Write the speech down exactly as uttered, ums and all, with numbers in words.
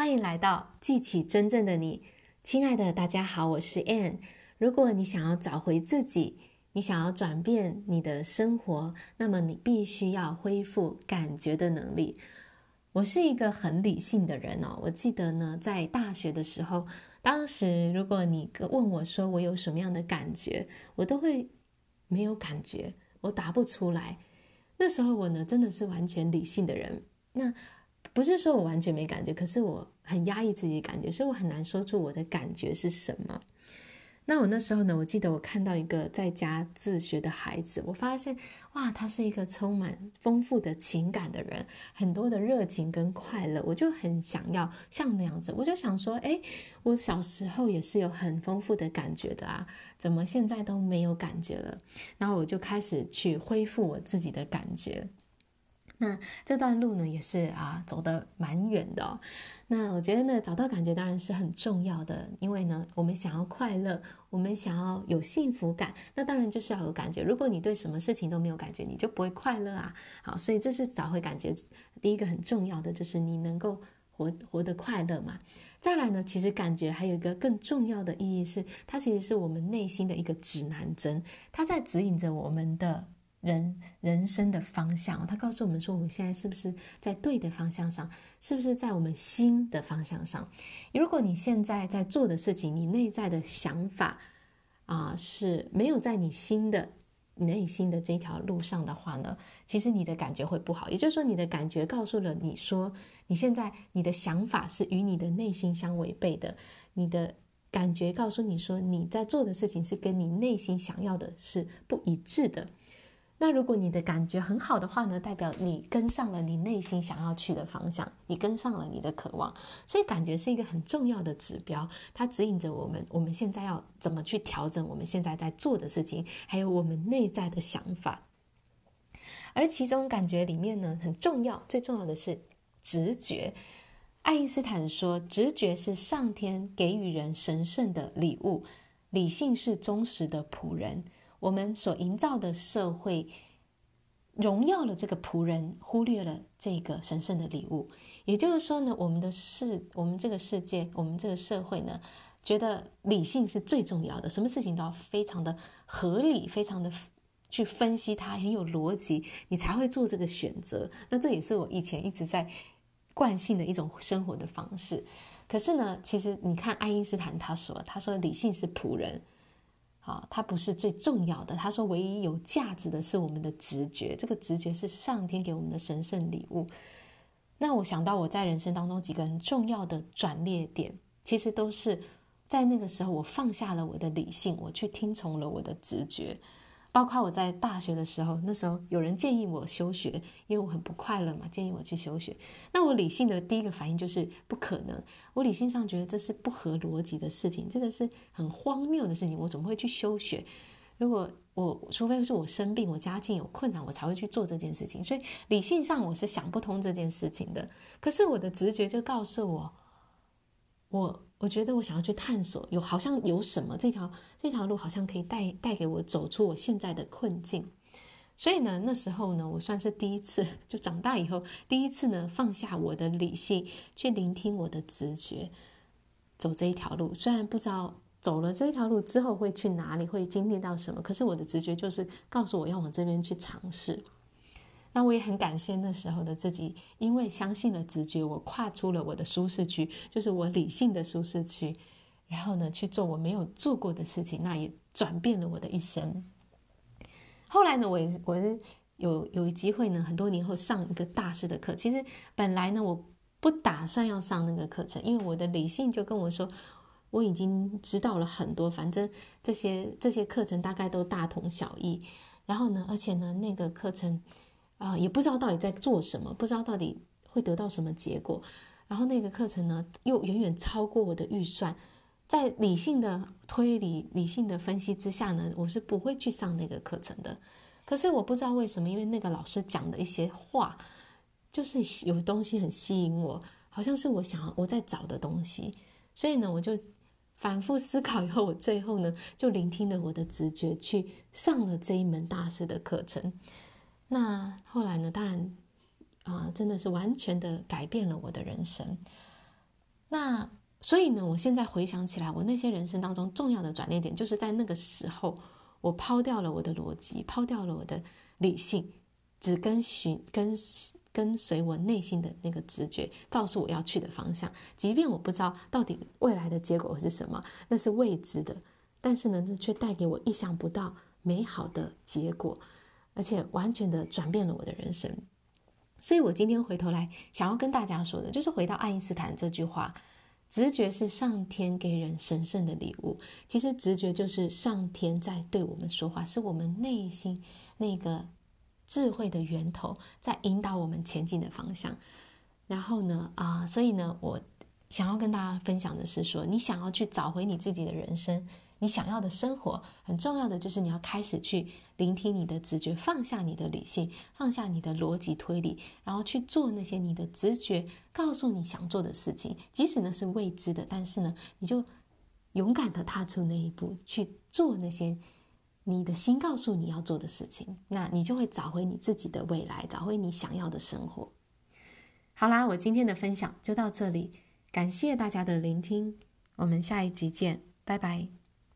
欢迎来到记起真正的你。亲爱的大家好，我是 Ann。 如果你想要找回自己，你想要转变你的生活，那么你必须要恢复感觉的能力。我是一个很理性的人哦，我记得呢，在大学的时候，当时如果你问我说我有什么样的感觉，我都会没有感觉，我答不出来。那时候我呢，真的是完全理性的人。那不是说我完全没感觉，可是我很压抑自己的感觉，所以我很难说出我的感觉是什么。那我那时候呢，我记得我看到一个在家自学的孩子，我发现哇，他是一个充满丰富的情感的人，很多的热情跟快乐，我就很想要像那样子。我就想说，诶，我小时候也是有很丰富的感觉的啊，怎么现在都没有感觉了？然后我就开始去恢复我自己的感觉。那这段路呢，也是啊，走得蛮远的哦。那我觉得呢，找到感觉当然是很重要的，因为呢，我们想要快乐，我们想要有幸福感，那当然就是要有感觉。如果你对什么事情都没有感觉，你就不会快乐啊。好，所以这是找回感觉第一个很重要的，就是你能够活活得快乐嘛。再来呢，其实感觉还有一个更重要的意义是，它其实是我们内心的一个指南针，它在指引着我们的人人生的方向。他告诉我们说，我们现在是不是在对的方向上，是不是在我们心的方向上。如果你现在在做的事情，你内在的想法啊、呃、是没有在你心的内心的这条路上的话呢，其实你的感觉会不好。也就是说，你的感觉告诉了你说，你现在你的想法是与你的内心相违背的，你的感觉告诉你说，你在做的事情是跟你内心想要的是不一致的。那如果你的感觉很好的话呢，代表你跟上了你内心想要去的方向，你跟上了你的渴望。所以感觉是一个很重要的指标，它指引着我们我们现在要怎么去调整我们现在在做的事情，还有我们内在的想法。而其中感觉里面呢，很重要最重要的是直觉。爱因斯坦说，直觉是上天给予人神圣的礼物，理性是忠实的仆人。我们所营造的社会荣耀了这个仆人，忽略了这个神圣的礼物。也就是说呢，我们的世我们这个世界，我们这个社会呢，觉得理性是最重要的，什么事情都要非常的合理，非常的去分析它，很有逻辑，你才会做这个选择。那这也是我以前一直在惯性的一种生活的方式。可是呢，其实你看爱因斯坦他说，他说理性是仆人，好，它不是最重要的。他说唯一有价值的是我们的直觉，这个直觉是上天给我们的神圣礼物。那我想到我在人生当中几个很重要的转捩点，其实都是在那个时候我放下了我的理性，我去听从了我的直觉。包括我在大学的时候，那时候有人建议我休学，因为我很不快乐嘛，建议我去休学。那我理性的第一个反应就是不可能，我理性上觉得这是不合逻辑的事情，这个是很荒谬的事情，我怎么会去休学？如果我除非是我生病，我家境有困难，我才会去做这件事情。所以理性上我是想不通这件事情的。可是我的直觉就告诉我，我我觉得我想要去探索，有好像有什么这条这条路好像可以带带给我走出我现在的困境。所以呢，那时候呢，我算是第一次，就长大以后第一次呢，放下我的理性，去聆听我的直觉，走这一条路。虽然不知道走了这条路之后会去哪里，会经历到什么，可是我的直觉就是告诉我要往这边去尝试。那我也很感谢那时候的自己，因为相信了直觉，我跨出了我的舒适区，就是我理性的舒适区，然后呢去做我没有做过的事情，那也转变了我的一生。后来呢，我也我是有有机会呢，很多年后上一个大师的课。其实本来呢，我不打算要上那个课程，因为我的理性就跟我说，我已经知道了很多，反正这些这些课程大概都大同小异。然后呢，而且呢，那个课程啊、呃，也不知道到底在做什么，不知道到底会得到什么结果。然后那个课程呢，又远远超过我的预算。在理性的推理、理性的分析之下呢，我是不会去上那个课程的。可是我不知道为什么，因为那个老师讲的一些话，就是有东西很吸引我，好像是我想我在找的东西。所以呢，我就反复思考以后，我最后呢就聆听了我的直觉，去上了这一门大师的课程。那后来呢，当然啊、呃，真的是完全的改变了我的人生。 那所以呢，我现在回想起来，我那些人生当中重要的转捩点，就是在那个时候，我抛掉了我的逻辑，抛掉了我的理性，只跟循跟跟随我内心的那个直觉，告诉我要去的方向。即便我不知道到底未来的结果是什么，那是未知的，但是呢，这却带给我意想不到美好的结果，而且完全的转变了我的人生。所以我今天回头来想要跟大家说的，就是回到爱因斯坦这句话，直觉是上天给人神圣的礼物。其实直觉就是上天在对我们说话，是我们内心那个智慧的源头在引导我们前进的方向。然后呢啊、呃，所以呢，我想要跟大家分享的是说，你想要去找回你自己的人生，你想要的生活，很重要的就是你要开始去聆听你的直觉，放下你的理性，放下你的逻辑推理，然后去做那些你的直觉告诉你想做的事情。即使呢是未知的，但是呢，你就勇敢的踏出那一步，去做那些你的心告诉你要做的事情，那你就会找回你自己的未来，找回你想要的生活。好啦，我今天的分享就到这里，感谢大家的聆听，我们下一集见，拜拜。